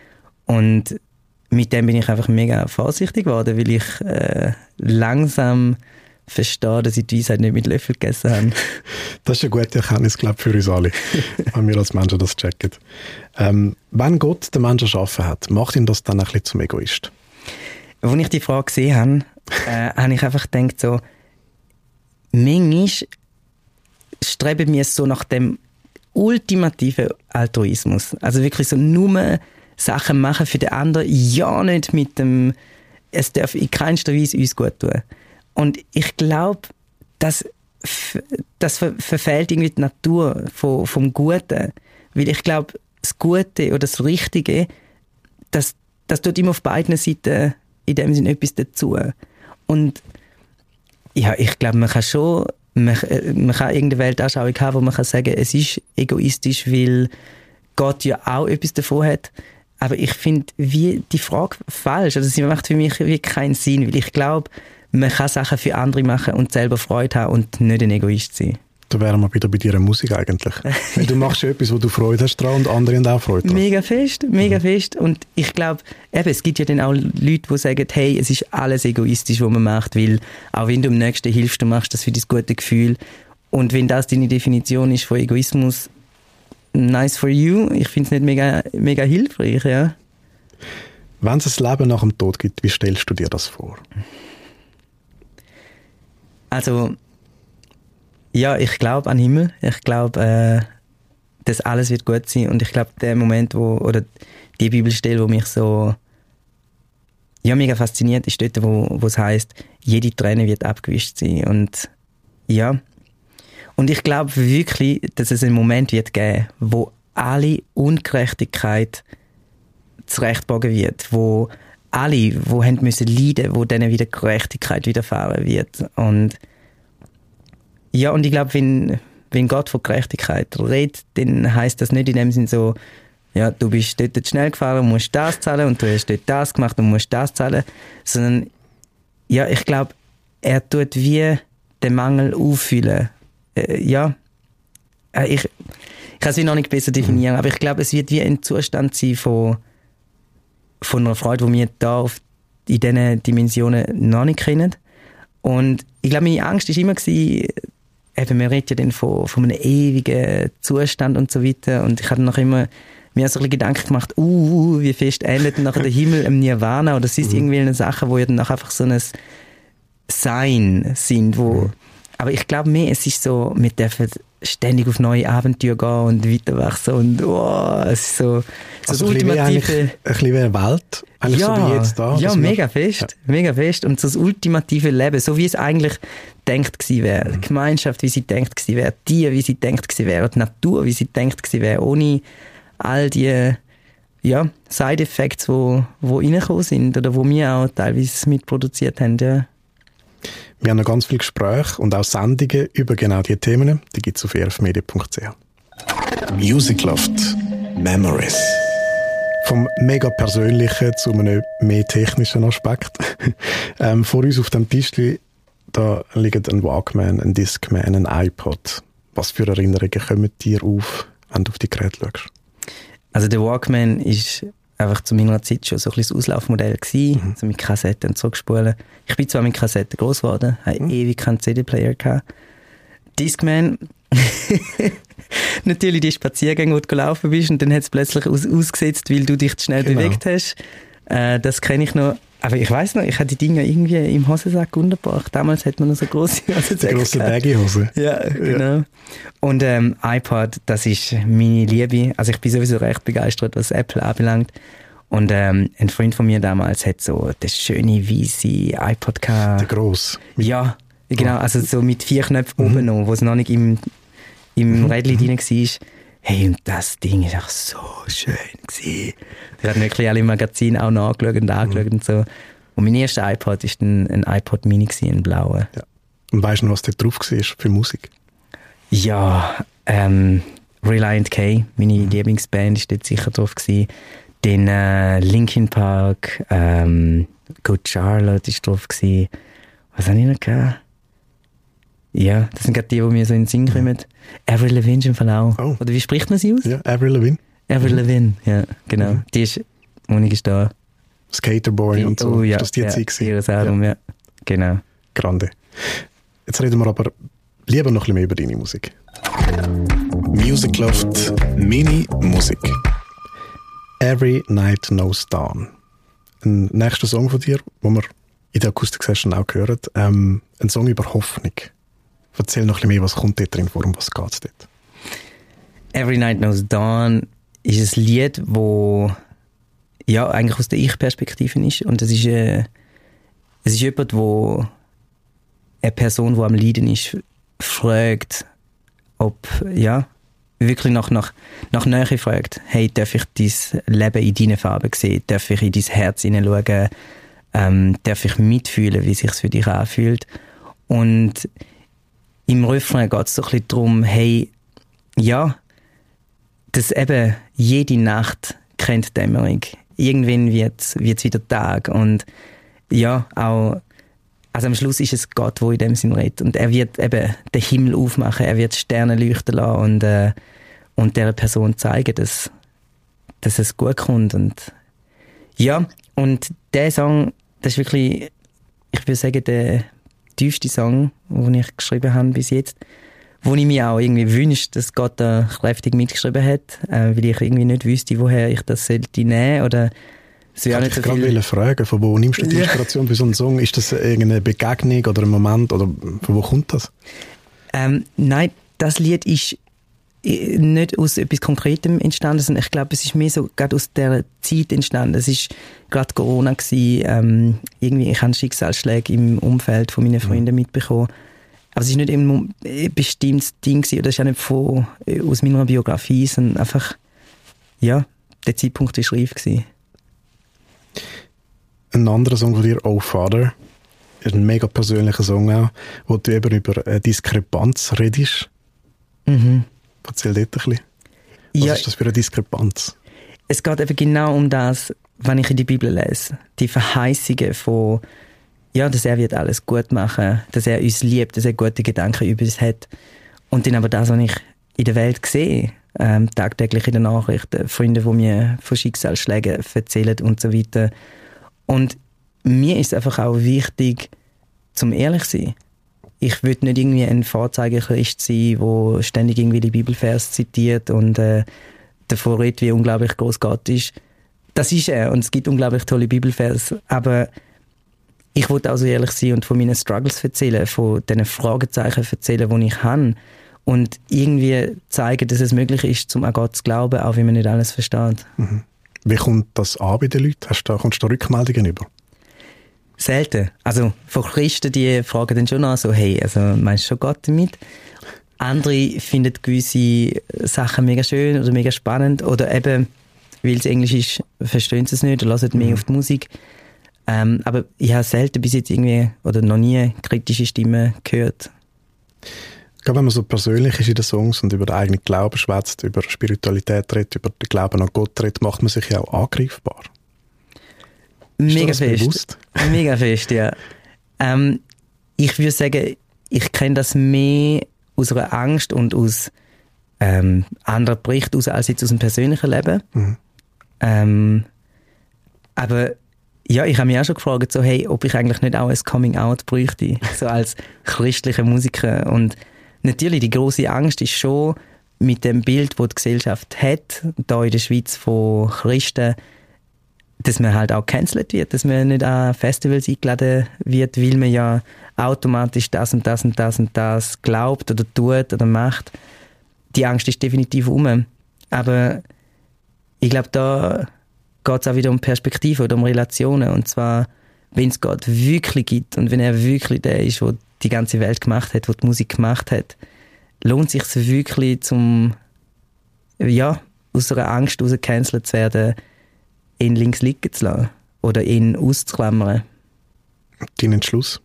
Und mit dem bin ich einfach mega vorsichtig geworden, weil ich äh, langsam verstehe, dass ich die Weisheit nicht mit Löffel gegessen habe. Das ist eine gute Erkenntnis, glaube ich, für uns alle, wenn wir als Menschen das checken. Ähm, wenn Gott den Menschen erschaffen hat, macht ihn das dann ein bisschen zum Egoist? Als ich die Frage gesehen habe, äh, habe ich einfach gedacht, so, manchmal streben wir so nach dem ultimativen Altruismus. Also wirklich so nur Sachen machen für den anderen, ja nicht mit dem, es darf in keinster Weise uns gut tun. Und ich glaube, das, das ver- verfehlt irgendwie die Natur vom, vom Guten. Weil ich glaube, das Gute oder das Richtige, das, das tut immer auf beiden Seiten in dem Sinne etwas dazu. Und ja, ich glaube, man kann schon, man, man kann irgendeine Weltanschauung haben, wo man kann sagen, es ist egoistisch, weil Gott ja auch etwas davon hat. Aber ich finde wie die Frage falsch. Also sie macht für mich wie keinen Sinn, weil ich glaube, man kann Sachen für andere machen und selber Freude haben und nicht ein Egoist sein. Da wären wir wieder bei deiner Musik eigentlich. Weil du machst etwas, wo du Freude hast dran und andere haben auch Freude dran. Mega fest, mega mhm. fest. Und ich glaube, eben, es gibt ja dann auch Leute, die sagen, hey, es ist alles egoistisch, was man macht, weil auch wenn du dem Nächsten hilfst, du machst das für das gute Gefühl. Und wenn das deine Definition ist von Egoismus, nice for you. Ich finde es nicht mega, mega hilfreich, ja. Wenn es ein Leben nach dem Tod gibt, wie stellst du dir das vor? Also, ja, ich glaube an den Himmel. Ich glaube, äh, dass alles wird gut sein. Und ich glaube, der Moment, wo, oder die Bibelstelle, wo mich so ja, mega fasziniert, ist dort, wo, wo es heisst, jede Träne wird abgewischt sein. Und ja, und ich glaube wirklich, dass es einen Moment wird geben, wo alle Ungerechtigkeit zurechtbogen wird, wo alle, die haben müssen leiden, wo denen wieder Gerechtigkeit widerfahren wird. Und ja, und ich glaube, wenn, wenn Gott von Gerechtigkeit redet, dann heisst das nicht in dem Sinn so, ja, du bist dort schnell gefahren und musst das zahlen und du hast dort das gemacht und musst das zahlen, sondern ja, ich glaube, er tut wie den Mangel auffüllen. Äh, ja, äh, ich, ich kann es wie noch nicht besser definieren, aber ich glaube, es wird wie ein Zustand sein von, von einer Freude, die wir da auf, in diesen Dimensionen noch nicht kennen. Und ich glaube, meine Angst war immer gewesen, eben, man redet ja dann von, von einem ewigen Zustand und so weiter. Und ich hatte noch immer mir so ein bisschen Gedanken gemacht, uh, wie fest ähnelt nachher der Himmel im Nirvana oder sonst mhm. irgendwelche Sachen, wo ja dann einfach so ein Sein sind, wo, mhm. aber ich glaube mehr, es ist so, wir dürfen ständig auf neue Abenteuer gehen und weiter wachsen und oh, es ist so, so also das ultimative... Ein bisschen wie eine Welt, eigentlich ja, so wie jetzt da. Ja, mega fest, ja. mega fest und so das ultimative Leben, so wie es eigentlich denkt gewesen wäre, mhm. die Gemeinschaft, wie sie denkt gewesen wäre, die Tiere, wie sie denkt gewesen wäre, die Natur, wie sie denkt gewesen wäre, ohne all die ja, Side-Effects, die wo, wo reingekommen sind oder wo wir auch teilweise mitproduziert haben, ja. Wir haben noch ganz viele Gespräche und auch Sendungen über genau diese Themen. Die gibt es auf e r f media punkt c h. Musicloft Memories. Vom mega persönlichen zu einem mehr technischen Aspekt. ähm, vor uns auf dem Tischchen da liegen ein Walkman, ein Discman, ein iPod. Was für Erinnerungen kommen dir auf, wenn du auf die Geräte schaust? Also der Walkman ist einfach zu meiner Zeit schon so ein bisschen das Auslaufmodell gewesen, mhm. also mit Kassetten zurückspulen. Ich bin zwar mit Kassetten gross geworden, habe mhm. ewig keinen C D-Player gehabt. Discman, natürlich die Spaziergänge, wo du gelaufen bist und dann hat es plötzlich aus- ausgesetzt, weil du dich zu schnell genau. bewegt hast. Äh, das kenne ich noch. Aber ich weiss noch, ich habe die Dinge irgendwie im Hosensack untergebracht. Damals hat man noch so grosse Hosensäcke. Die grosse Baggy-Hose. Ja, genau. Ja. Und ähm, iPod, das ist meine Liebe. Also ich bin sowieso recht begeistert, was Apple anbelangt. Und ähm, ein Freund von mir damals hat so das schöne weiße iPod gehabt. Der gross. Ja, genau. Also so mit vier Knöpfen mhm. oben noch, wo es noch nicht im, im mhm. Rädchen drin war. Hey, und das Ding war auch so schön gewesen. Wir hatten wirklich alle Magazine auch noch angeschaut und angeschaut mhm. und so. Und mein erster iPod war ein, ein iPod Mini gewesen, ein blauer. Ja. Und weißt du noch, was da drauf war für Musik? Ja, ähm, Relient K, meine mhm. Lieblingsband, ist dort sicher drauf gewesen. Dann äh, Linkin Park, ähm, Good Charlotte ist drauf gewesen. Was habe ich noch gehabt? Ja, das sind gerade die, die mir so in den Sinn kommen. Avril Lavigne im Fall auch. Oh. Oder wie spricht man sie aus? Ja, Avril Lavigne. Avril mhm. Lavigne, ja, genau. Mhm. Die ist Monik ist da. Skaterboy und so. Oh ja, das die ja, Zeit ihres Album, ja. ja. Genau. Grande. Jetzt reden wir aber lieber noch ein bisschen mehr über deine Musik. Music Loft Mini Musik. Every Night Knows Dawn. Ein nächster Song von dir, den wir in der Akustik-Session auch hören. Ähm, ein Song über Hoffnung. Erzähl noch ein bisschen mehr, was kommt dort drin vor und was geht es dort? Every Night Knows Dawn ist ein Lied, das ja, eigentlich aus der Ich-Perspektive ist. Und es ist, äh, es ist jemand, wo eine Person, die am Leiden ist, fragt, ob, ja, wirklich nach, nach, nach Nähe fragt. Hey, darf ich dein Leben in deinen Farben sehen? Darf ich in dein Herz hineinschauen? Ähm, darf ich mitfühlen, wie es sich für dich anfühlt? Und im Refrain geht es so ein bisschen darum, hey, ja, dass eben jede Nacht kennt Dämmerung. Irgendwann wird es wieder Tag. Und ja, auch, also am Schluss ist es Gott, der in dem Sinn redet. Und er wird eben den Himmel aufmachen, er wird Sterne leuchten lassen und, äh, und dieser Person zeigen, dass, dass es gut kommt. Und ja, und der Song, das ist wirklich, ich würde sagen, der tiefste Song, den ich geschrieben habe bis jetzt. Wo ich mir auch irgendwie wünsche, dass Gott da kräftig mitgeschrieben hat, äh, weil ich irgendwie nicht wüsste, woher ich das sollte nehmen oder es wäre nicht so viel... Ich wollte fragen, von wo nimmst du die Inspiration ja. für so einen Song? Ist das irgendeine Begegnung oder ein Moment oder von wo kommt das? Ähm, nein, das Lied ist nicht aus etwas Konkretem entstanden, sondern ich glaube, es ist mehr so gerade aus der Zeit entstanden. Es ist gerade Corona gewesen, ähm, irgendwie, ich habe Schicksalsschläge im Umfeld von meinen Freunden mhm. mitbekommen. Aber es war nicht ein bestimmtes Ding gewesen, oder es ist auch nicht von, aus meiner Biografie, sondern einfach, ja, der Zeitpunkt war reif gewesen. Ein anderer Song von dir, Oh Father, ist ein mega persönlicher Song auch, wo du eben über eine Diskrepanz redest. Mhm. Erzähl dort ein bisschen. Was ja, ist das für eine Diskrepanz? Es geht eben genau um das, wenn ich in die Bibel lese. Die Verheißungen von, ja, dass er wird alles gut machen, dass er uns liebt, dass er gute Gedanken über uns hat. Und dann aber das, was ich in der Welt sehe, ähm, tagtäglich in den Nachrichten, Freunde, die mir von Schicksalsschlägen erzählen und so weiter. Und mir ist es einfach auch wichtig, zum ehrlich zu sein. Ich will nicht irgendwie ein Vorzeigekrist sein, der ständig irgendwie die Bibelvers zitiert und äh, davor redet, wie unglaublich groß Gott ist. Das ist er und es gibt unglaublich tolle Bibelvers, aber ich wollte auch so ehrlich sein und von meinen Struggles erzählen, von diesen Fragezeichen erzählen, die ich habe. Und irgendwie zeigen, dass es möglich ist, um an Gott zu glauben, auch wenn man nicht alles versteht. Mhm. Wie kommt das an bei den Leuten? Hast du, kommst du da Rückmeldungen über? Selten. Also von Christen, die fragen dann schon an, so, hey, also meinst du schon Gott damit? Andere finden gewisse Sachen mega schön oder mega spannend oder eben, weil es Englisch ist, verstehen sie es nicht oder hören mehr mhm. auf die Musik. Ähm, aber ich habe selten bis jetzt irgendwie oder noch nie kritische Stimmen gehört. Ich glaube, wenn man so persönlich ist in den Songs und über den eigenen Glauben schwätzt, über Spiritualität redet, über den Glauben an Gott redet, macht man sich ja auch angreifbar. Mega fest. Bewusst? Mega fest, ja. Ähm, ich würde sagen, ich kenne das mehr aus einer Angst und aus ähm, anderen Berichten aus, als jetzt aus dem persönlichen Leben. Mhm. Ähm, aber ja, ich habe mich auch schon gefragt, so, hey, ob ich eigentlich nicht auch ein Coming-out bräuchte, so als christlicher Musiker. Und natürlich, die grosse Angst ist schon mit dem Bild, das die Gesellschaft hat, da in der Schweiz von Christen, dass man halt auch gecancelt wird, dass man nicht an Festivals eingeladen wird, weil man ja automatisch das und das und das und das glaubt oder tut oder macht. Die Angst ist definitiv um. Aber ich glaube, da geht es auch wieder um Perspektive oder um Relationen. Und zwar, wenn es Gott wirklich gibt und wenn er wirklich der ist, der die ganze Welt gemacht hat, der die Musik gemacht hat, lohnt es sich wirklich, zum, ja, aus einer Angst heraus gecancelt zu werden, ihn links liegen zu lassen oder ihn auszuklammern. Dein Entschluss?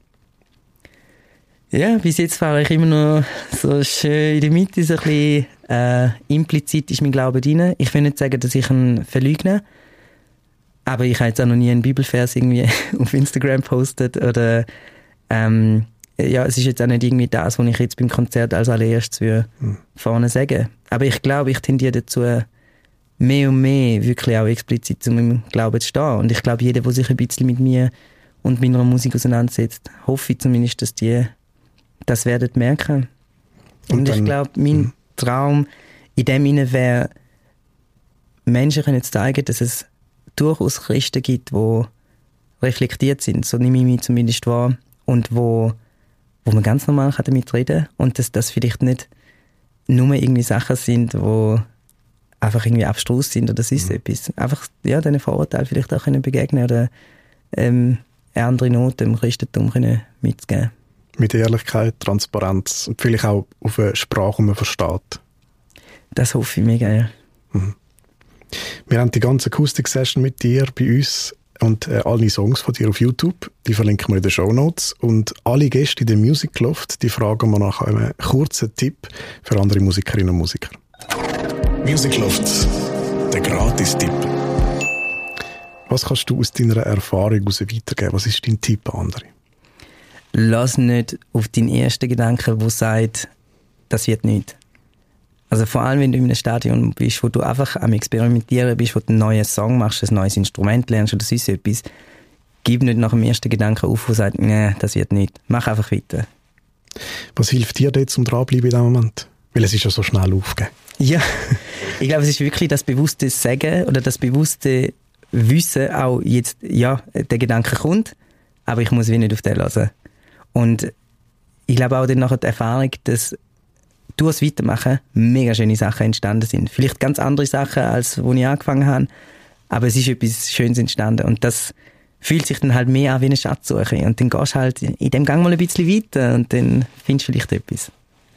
Ja, bis jetzt fahre ich immer noch so schön in der Mitte, so ein bisschen äh, implizit ist mein Glaube drin. Ich will nicht sagen, dass ich ihn verleugne, aber ich habe jetzt auch noch nie einen Bibelvers irgendwie auf Instagram postet oder ähm, ja, es ist jetzt auch nicht irgendwie das, was ich jetzt beim Konzert als allererstes hm. vorne sagen. Aber ich glaube, ich tendiere dazu, mehr und mehr wirklich auch explizit zu meinem Glauben zu stehen. Und ich glaube, jeder, der sich ein bisschen mit mir und meiner Musik auseinandersetzt, hoffe ich zumindest, dass die das werden merken. Und, und dann, ich glaube, mein mh. Traum in dem Sinne wäre, Menschen können zeigen, dass es durchaus Christen gibt, die reflektiert sind, so nehme ich mich zumindest wahr, und wo, wo man ganz normal damit reden kann und dass das vielleicht nicht nur irgendwie Sachen sind, die einfach irgendwie abstrus sind oder sonst mhm. etwas. Einfach ja, diesen Vorurteilen vielleicht auch können begegnen oder ähm, eine andere Note im Christentum können mitzugeben. Mit Ehrlichkeit, Transparenz und vielleicht auch auf eine Sprache, die man versteht. Das hoffe ich mega, ja. Mhm. Wir haben die ganze Akustik-Session mit dir bei uns und äh, alle Songs von dir auf YouTube, die verlinken wir in den Shownotes. Und alle Gäste in der Music Loft, die fragen wir nach einem kurzen Tipp für andere Musikerinnen und Musiker. Music Loft, der Gratis-Tipp. Was kannst du aus deiner Erfahrung heraus weitergeben? Was ist dein Tipp an andere? Lass nicht auf deinen ersten Gedanken, der sagt, das wird nicht. Also vor allem, wenn du in einem Stadion bist, wo du einfach am Experimentieren bist, wo du einen neuen Song machst, ein neues Instrument lernst oder sonst etwas, gib nicht nach dem ersten Gedanken auf und sag, nee, das wird nicht. Mach einfach weiter. Was hilft dir dort zum Dranbleiben in diesem Moment? Weil es ist ja so schnell aufgegeben. Ja, ich glaube, es ist wirklich das bewusste Sagen oder das bewusste Wissen, auch jetzt, ja, der Gedanke kommt, aber ich muss wie nicht auf den hören. Und ich glaube auch dann nachher die Erfahrung, dass durch das Weitermachen mega schöne Sachen entstanden sind. Vielleicht ganz andere Sachen, als wo ich angefangen habe, aber es ist etwas Schönes entstanden und das fühlt sich dann halt mehr an wie eine Schatzsuche und dann gehst du halt in dem Gang mal ein bisschen weiter und dann findest du vielleicht etwas.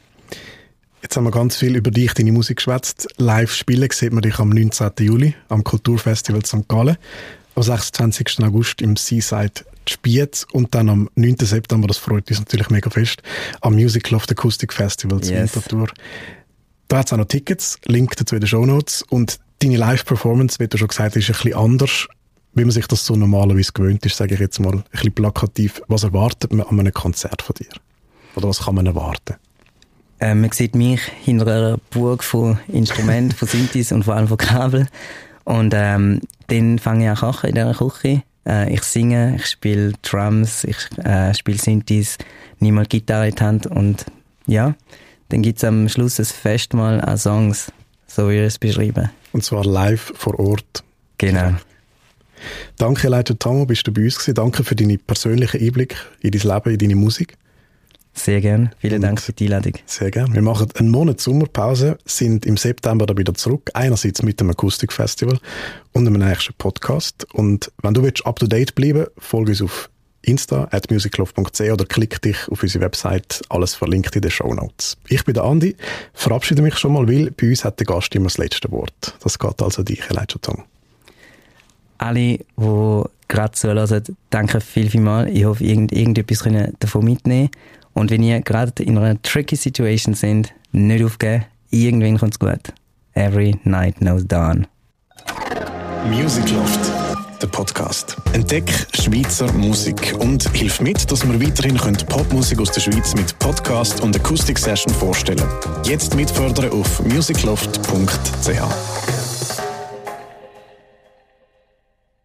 Jetzt haben wir ganz viel über dich, deine Musik geschwätzt. Live spielen sieht man dich am neunzehnten Juli am Kulturfestival Sankt Gallen, am sechsundzwanzigsten August im Seaside Spiez und dann am neunten September, das freut uns natürlich mega fest, am Music Loft Acoustic Festival zu yes. Winterthur. Da hat es auch noch Tickets, Link dazu in den Shownotes und deine Live-Performance, wie du schon gesagt hast, ist ein bisschen anders, wie man sich das so normalerweise gewöhnt ist, sage ich jetzt mal ein bisschen plakativ. Was erwartet man an einem Konzert von dir? Oder was kann man erwarten? Äh, man sieht mich hinter einer Burg von Instrumenten, von Synthes und vor allem von Kabel. Und ähm, dann fange ich an zu kochen in dieser Küche. Äh, ich singe, ich spiele Drums, ich äh, spiele Synthes, nehme mal Gitarre in die Hand und ja, dann gibt es am Schluss ein Festmahl an Songs, so wie ich es beschreibe. Und zwar live vor Ort. Genau. Danke, Elijah Tamo, bist du bei uns gewesen. Danke für deinen persönlichen Einblick in dein Leben, in deine Musik. Sehr gern. Vielen Dank für die Einladung. Sehr gern. Wir machen einen Monat Sommerpause, sind im September dann wieder zurück. Einerseits mit dem Akustikfestival und einem nächsten Podcast. Und wenn du willst up to date bleiben, folge uns auf Insta at musicloft punkt c h oder klick dich auf unsere Website. Alles verlinkt in den Shownotes. Ich bin der Andi, verabschiede mich schon mal, weil bei uns hat der Gast immer das letzte Wort. Das geht also an dich, Elijah Tamo. Alle, die gerade zuhören, danke viel, viel mal. Ich hoffe, irgend, irgendetwas können davon mitnehmen. Und wenn ihr gerade in einer tricky Situation seid, nicht aufgeben, irgendwann kommt es gut. Every night knows dawn. Music Loft, der Podcast. Entdeck Schweizer Musik und hilf mit, dass wir weiterhin Popmusik aus der Schweiz mit Podcast und Akustik-Session vorstellen. Jetzt mitfördern auf musicloft punkt c h.